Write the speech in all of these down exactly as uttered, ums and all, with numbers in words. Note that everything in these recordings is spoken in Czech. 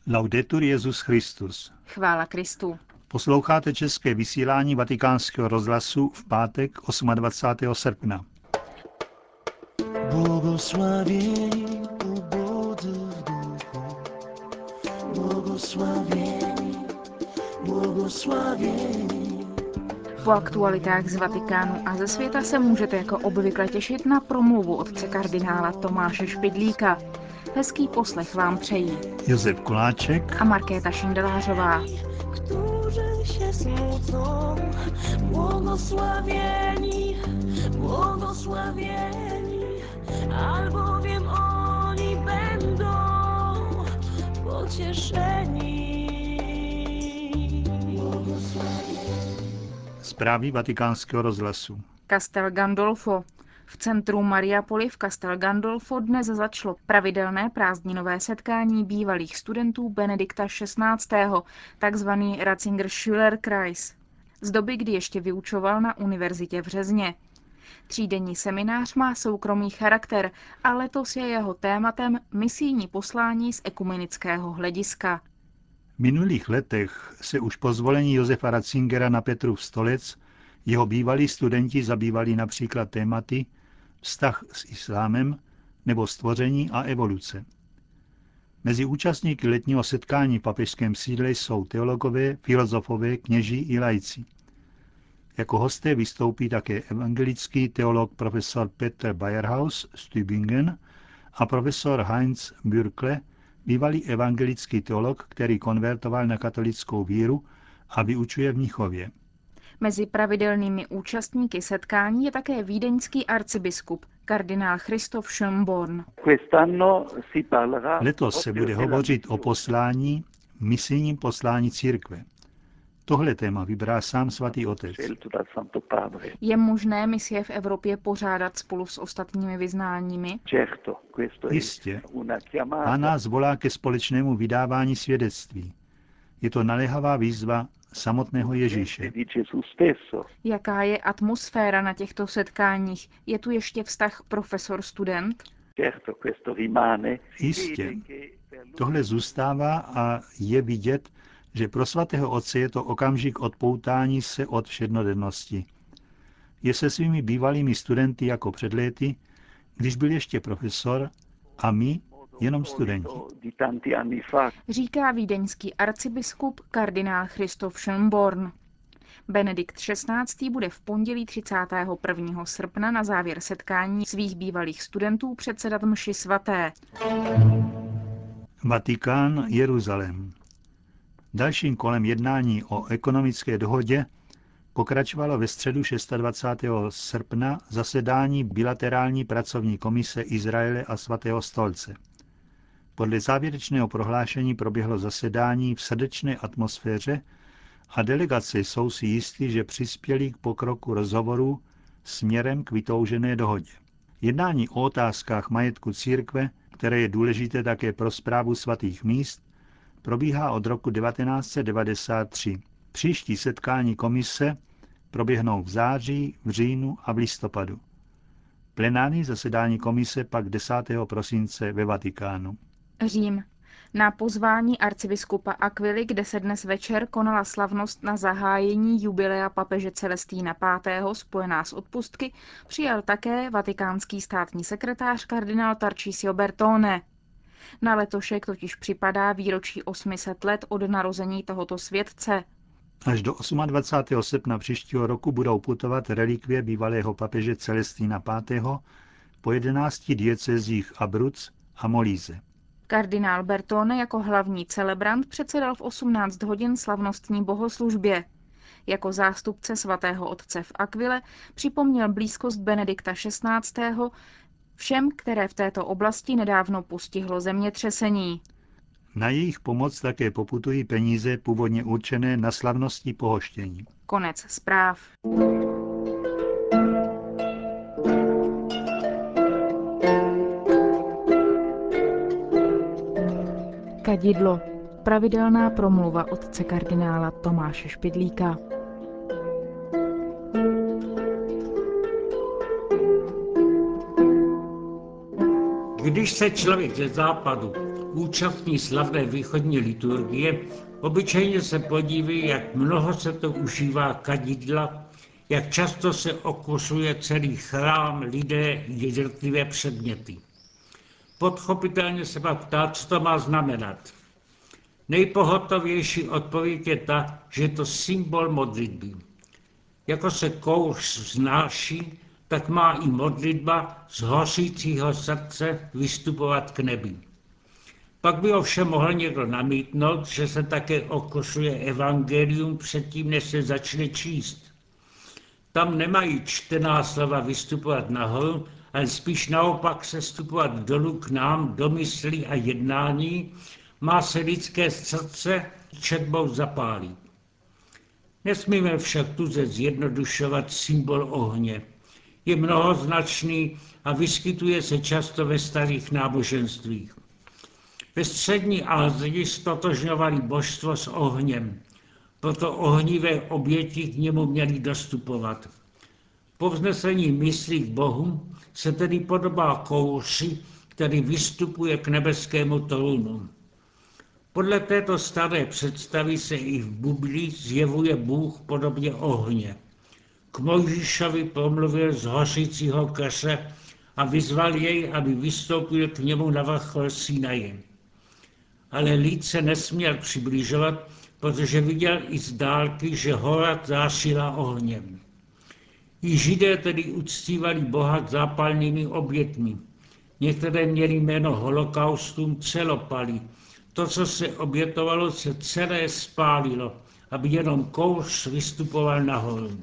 Laudetur Jesus Christus. Chvála Kristu. Posloucháte české vysílání Vatikánského rozhlasu v pátek dvacátého osmého srpna. Błogosławieni ubodzy w duchu, błogosławieni, błogosławieni. Po aktualitách z Vatikánu a ze světa se můžete jako obvykle těšit na promluvu otce kardinála Tomáše Špidlíka. Hezký poslech vám přejí Josef Koláček a Markéta Šindelářová. Którzy się smucą, błogosławieni, błogosławieni, albowiem oni będą pocieszeni. Zprávy Vatikánského rozhlasu. Castel Gandolfo. V centru Mariupoli v Castel Gandolfo dnes začalo pravidelné prázdninové setkání bývalých studentů Benedikta šestnáctého, takzvaný Ratzinger Schülerkreis, z doby, kdy ještě vyučoval na univerzitě v Řezně. Třídenní seminář má soukromý charakter a letos je jeho tématem misijní poslání z ekumenického hlediska. V minulých letech se už po zvolení Josefa Ratzingera na Petrův stolec jeho bývalí studenti zabývali například tématy vztah s islámem nebo stvoření a evoluce. Mezi účastníky letního setkání v papežském sídle jsou teologové, filozofové, kněží i laici. Jako hosté vystoupí také evangelický teolog profesor Peter Bayerhaus z Tübingen a profesor Heinz Bürkle, bývalý evangelický teolog, který konvertoval na katolickou víru a vyučuje v Mnichově. Mezi pravidelnými účastníky setkání je také vídeňský arcibiskup, kardinál Christoph Schönborn. Letos se bude hovořit o poslání, misijním poslání církve. Tohle téma vybral sám svatý otec. Je možné misie v Evropě pořádat spolu s ostatními vyznáními? Jistě. Pán nás volá ke společnému vydávání svědectví. Je to naléhavá výzva samotného Ježíše. Jaká je atmosféra na těchto setkáních? Je tu ještě vztah profesor-student? Jistě. Tohle zůstává a je vidět, že pro svatého otce je to okamžik odpoutání se od všednodennosti. Je se svými bývalými studenty jako před léty, když byl ještě profesor, a my jenom studenti. Říká vídeňský arcibiskup kardinál Christoph Schönborn. Benedikt šestnáctý bude v pondělí třicátého prvního srpna na závěr setkání svých bývalých studentů předsedat mši svaté. Vatikán, Jeruzalém. Dalším kolem jednání o ekonomické dohodě pokračovalo ve středu dvacátého šestého srpna zasedání bilaterální pracovní komise Izraele a Svatého stolce. Podle závěrečného prohlášení proběhlo zasedání v srdečné atmosféře a delegace jsou si jistí, že přispěli k pokroku rozhovorů směrem k vytoužené dohodě. Jednání o otázkách majetku církve, které je důležité také pro správu svatých míst, probíhá od roku devatenáct set devadesát tři. Příští setkání komise proběhnou v září, v říjnu a v listopadu. Plenární zasedání komise pak desátého prosince ve Vatikánu. Řím. Na pozvání arcibiskupa Aquily, kde se dnes večer konala slavnost na zahájení jubilea papeže Celestína pátého spojená s odpustky, přijal také vatikánský státní sekretář kardinál Tarcisio Bertone. Na letošek totiž připadá výročí osm set let od narození tohoto světce. Až do dvacátého osmého srpna příštího roku budou putovat relikvie bývalého papeže Celestína pátého po jedenácti diecézích Abruzz a Molise. Kardinál Bertone jako hlavní celebrant předsedal v osmnáct hodin slavnostní bohoslužbě. Jako zástupce svatého otce v Aquile připomněl blízkost Benedikta šestnáctého všem, které v této oblasti nedávno postihlo zemětřesení. Na jejich pomoc také poputují peníze původně určené na slavnostní pohoštění. Konec zpráv. Kadidlo. Pravidelná promluva otce kardinála Tomáše Špidlíka. Když se člověk ze západu účastní slavné východní liturgie, obyčejně se podíví, jak mnoho se to užívá kadidla, jak často se okusuje celý chrám, lidé, jednotlivé předměty. Podchopitelně se pak ptá, co to má znamenat. Nejpohotovější odpověď je ta, že je to symbol modlitby. Jako se kouř vznáší, tak má i modlitba z hořícího srdce vystupovat k nebi. Pak by ovšem mohl někdo namítnout, že se také okusuje evangelium předtím, než se začne číst. Tam nemají čtená slova vystupovat nahoru, ale spíš naopak sestupovat dolů k nám do myslí a jednání, má se lidské srdce četbou zapálit. Nesmíme však tuze zjednodušovat symbol ohně. Je mnohoznačný a vyskytuje se často ve starých náboženstvích. Ve střední Asii ztotožňovali božstvo s ohněm, proto ohnivé oběti k němu měly dostupovat. Po vznesení myslí k Bohu se tedy podobá kouři, který vystupuje k nebeskému trůnu. Podle této staré představy se i v Biblii zjevuje Bůh podobně ohně. K Mojžíšovi promluvil z hořícího keře a vyzval jej, aby vystoupil k němu na vrchol Sinaje. Ale lid se nesměl přibližovat, protože viděl i z dálky, že hora zářila ohněm. I Židé tedy uctívali Boha zápalnými obětmi. Některé měly jméno holokaustům celopaly. To, co se obětovalo, se celé spálilo, aby jenom kouř vystupoval nahoru.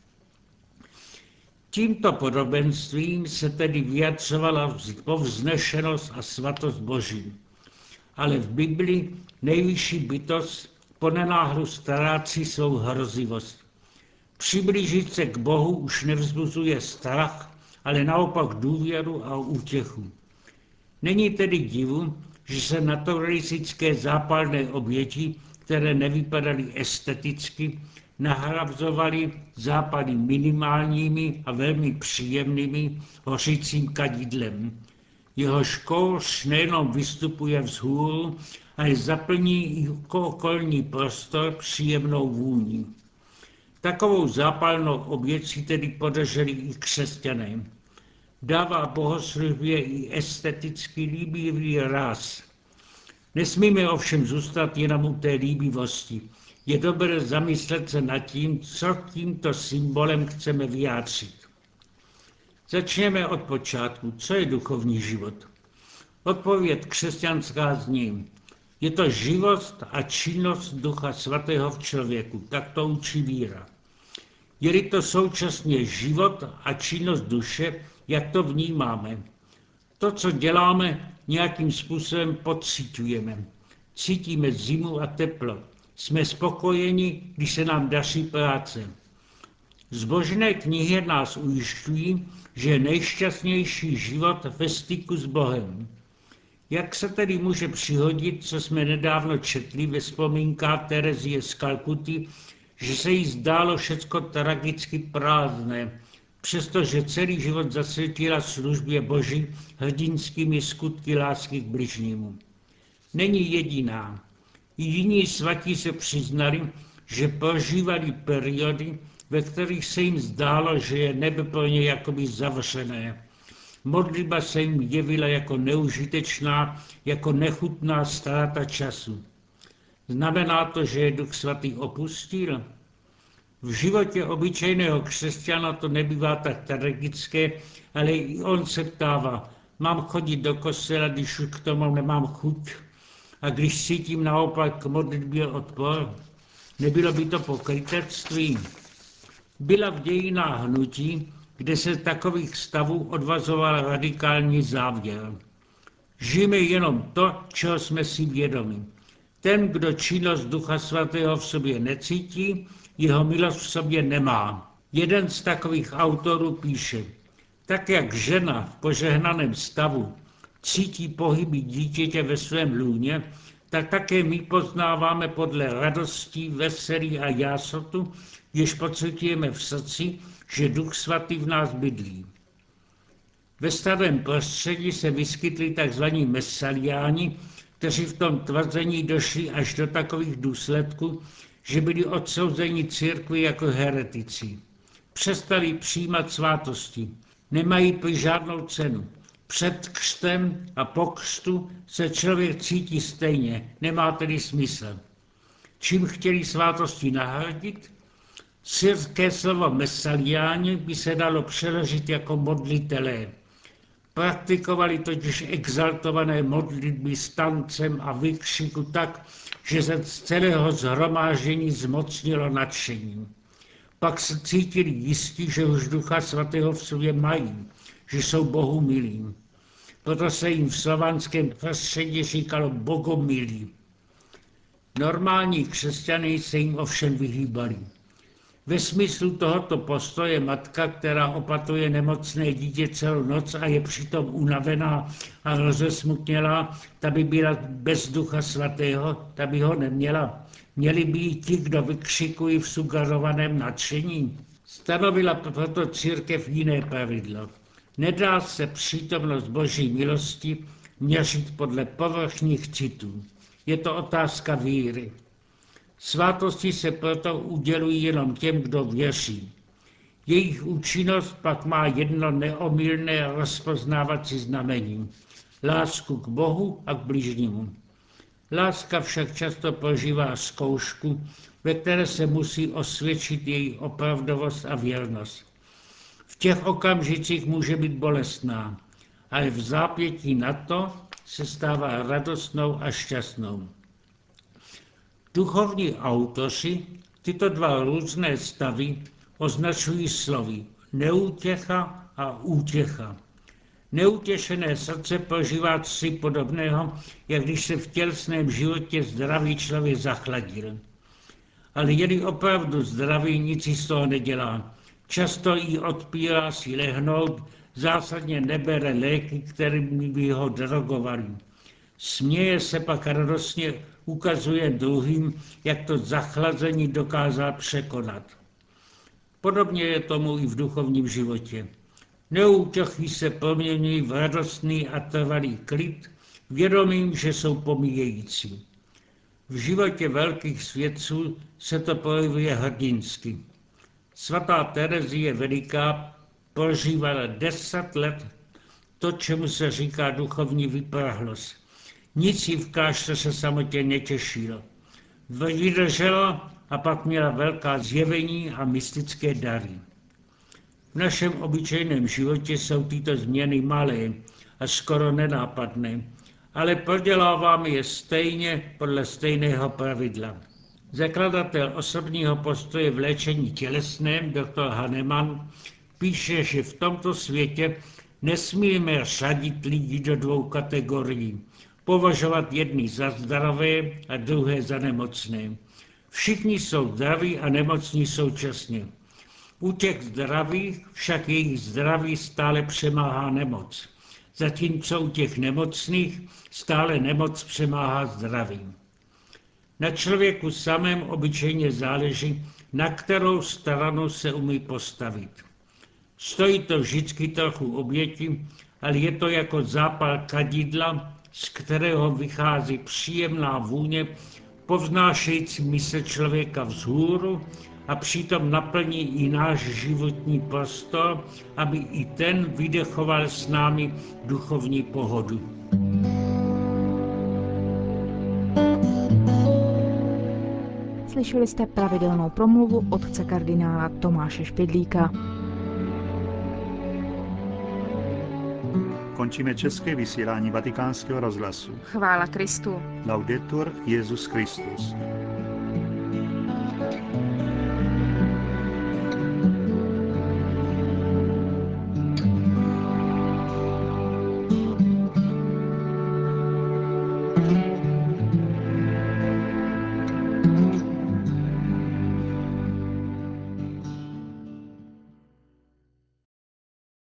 Tímto podobenstvím se tedy vyjadřovala povznešenost a svatost Boží. Ale v Biblii nejvyšší bytost ponenáhlu ztrácí svou hrozivost. Přiblížit se k Bohu už nevzbuzuje strach, ale naopak důvěru a útěchu. Není tedy divu, že se naturalistické zápalné oběti, které nevypadaly esteticky, nahrazovaly západy minimálními a velmi příjemnými hořícím kadidlem. Jehož kouř nejenom vystupuje vzhůru, ale zaplní i okolní prostor příjemnou vůní. Takovou zápalnou oběť si tedy podrželi i křesťané. Dává bohoslužbě i esteticky líbivý ráz. Nesmíme ovšem zůstat jenom u té líbivosti. Je dobré zamyslet se nad tím, co tímto symbolem chceme vyjádřit. Začněme od počátku. Co je duchovní život? Odpověď křesťanská zní. Je to život a činnost Ducha Svatého v člověku. Tak to učí víra. Je-li to současně život a činnost duše, jak to vnímáme? To, co děláme, nějakým způsobem pociťujeme. Cítíme zimu a teplo. Jsme spokojeni, když se nám daří práce. Zbožné knihy nás ujišťují, že je nejšťastnější život ve styku s Bohem. Jak se tedy může přihodit, co jsme nedávno četli ve vzpomínkách Terezie z Kalkuty, že se jí zdálo všecko tragicky prázdné, přestože celý život zasvětila službě Boží hrdinskými skutky lásky k bližnímu. Není jediná. I jiní svatí se přiznali, že prožívali periody, ve kterých se jim zdálo, že je nebe pro ně jakoby zavřené. Modlitba se jim jevila jako neužitečná, jako nechutná ztráta času. Znamená to, že je Duch Svatý opustil? V životě obyčejného křesťana to nebývá tak tragické, ale i on se ptává, mám chodit do kostela, když už k tomu nemám chuť? A když cítím naopak k modlitbě odpor, nebylo by to pokrytectví? Byla v dějinách hnutí, kde se takových stavů odvazoval radikální závěr. Žijeme jenom to, čeho jsme si vědomi. Ten, kdo činnost Ducha Svatého v sobě necítí, jeho milost v sobě nemá. Jeden z takových autorů píše, tak jak žena v požehnaném stavu cítí pohyby dítěte ve svém lůně, tak také my poznáváme podle radostí, veselí a jásotu, jež pociťujeme v srdci, že Duch Svatý v nás bydlí. Ve starém prostředí se vyskytli tzv. Mesaliáni, kteří v tom tvrzení došli až do takových důsledků, že byli odsouzeni církvi jako heretici. Přestali přijímat svátosti, nemají prý žádnou cenu. Před křtem a po křtu se člověk cítí stejně, nemá tedy smysl. Čím chtěli svátosti nahradit? Syrské slovo mesaliáni by se dalo přeložit jako modlitelé. Praktikovali totiž exaltované modlitby s tancem a výkřiku tak, že se z celého shromáždění zmocnilo nadšení. Pak se cítili jistí, že už Ducha Svatého v sobě mají, že jsou Bohu milí. Proto se jim v slovanském prostředí říkalo bogomilí. Normální křesťané se jim ovšem vyhýbali. Ve smyslu tohoto postoje matka, která opatuje nemocné dítě celou noc a je přitom unavená a rozesmutnělá, ta by byla bez Ducha Svatého, ta by ho neměla. Měli by jí ti, kdo vykřikují v sugarovaném nadšení. Stanovila proto církev jiné pravidlo. Nedá se přítomnost Boží milosti měřit podle povrchních citů. Je to otázka víry. Svátosti se proto udělují jenom těm, kdo věří. Jejich účinnost pak má jedno neomylné rozpoznávací znamení. Lásku k Bohu a k bližnímu. Láska však často prožívá zkoušku, ve které se musí osvědčit její opravdovost a věrnost. V těch okamžicích může být bolestná, ale v zápětí na to se stává radostnou a šťastnou. Duchovní autoři tyto dva různé stavy označují slovy neútěcha a útěcha. Neutěšené srdce prožívá cosi podobného, jak když se v tělesném životě zdravý člověk zachladil. Ale je-li opravdu zdravý, nic si z toho nedělá. Často jí odpírá si lehnout, zásadně nebere léky, kterými by ho drogovali. Směje se pak radostně, ukazuje druhým, jak to zachlazení dokázal překonat. Podobně je tomu i v duchovním životě. Neútěchy se proměňují v radostný a trvalý klid, vědomím, že jsou pomíjející. V životě velkých svědců se to projevuje hrdinsky. Svatá Terezie Veliká prožívala deset let to, čemu se říká duchovní vyprahlost. Nic jí v klášteře se samotně netěšilo. Vydržela a pak měla velká zjevení a mystické dary. V našem obyčejném životě jsou tyto změny malé a skoro nenápadné, ale proděláváme je stejně podle stejného pravidla. Zakladatel osobního postoje v léčení tělesném, doktor Hahnemann, píše, že v tomto světě nesmíme řadit lidi do dvou kategorií, považovat jedny za zdravé a druhé za nemocné. Všichni jsou zdraví a nemocní současně. U těch zdravých však jejich zdraví stále přemáhá nemoc, zatímco u těch nemocných stále nemoc přemáhá zdraví. Na člověku samém obyčejně záleží, na kterou stranu se umí postavit. Stojí to vždycky trochu oběti, ale je to jako zápal kadidla, z kterého vychází příjemná vůně, povznášející mysl člověka vzhůru a přitom naplní i náš životní prostor, aby i ten vydechoval s námi duchovní pohodu. Slyšeli jste pravidelnou promluvu otce kardinála Tomáše Špidlíka. Končíme české vysílání Vatikánského rozhlasu. Chvála Kristu. Laudetur Jesus Christus.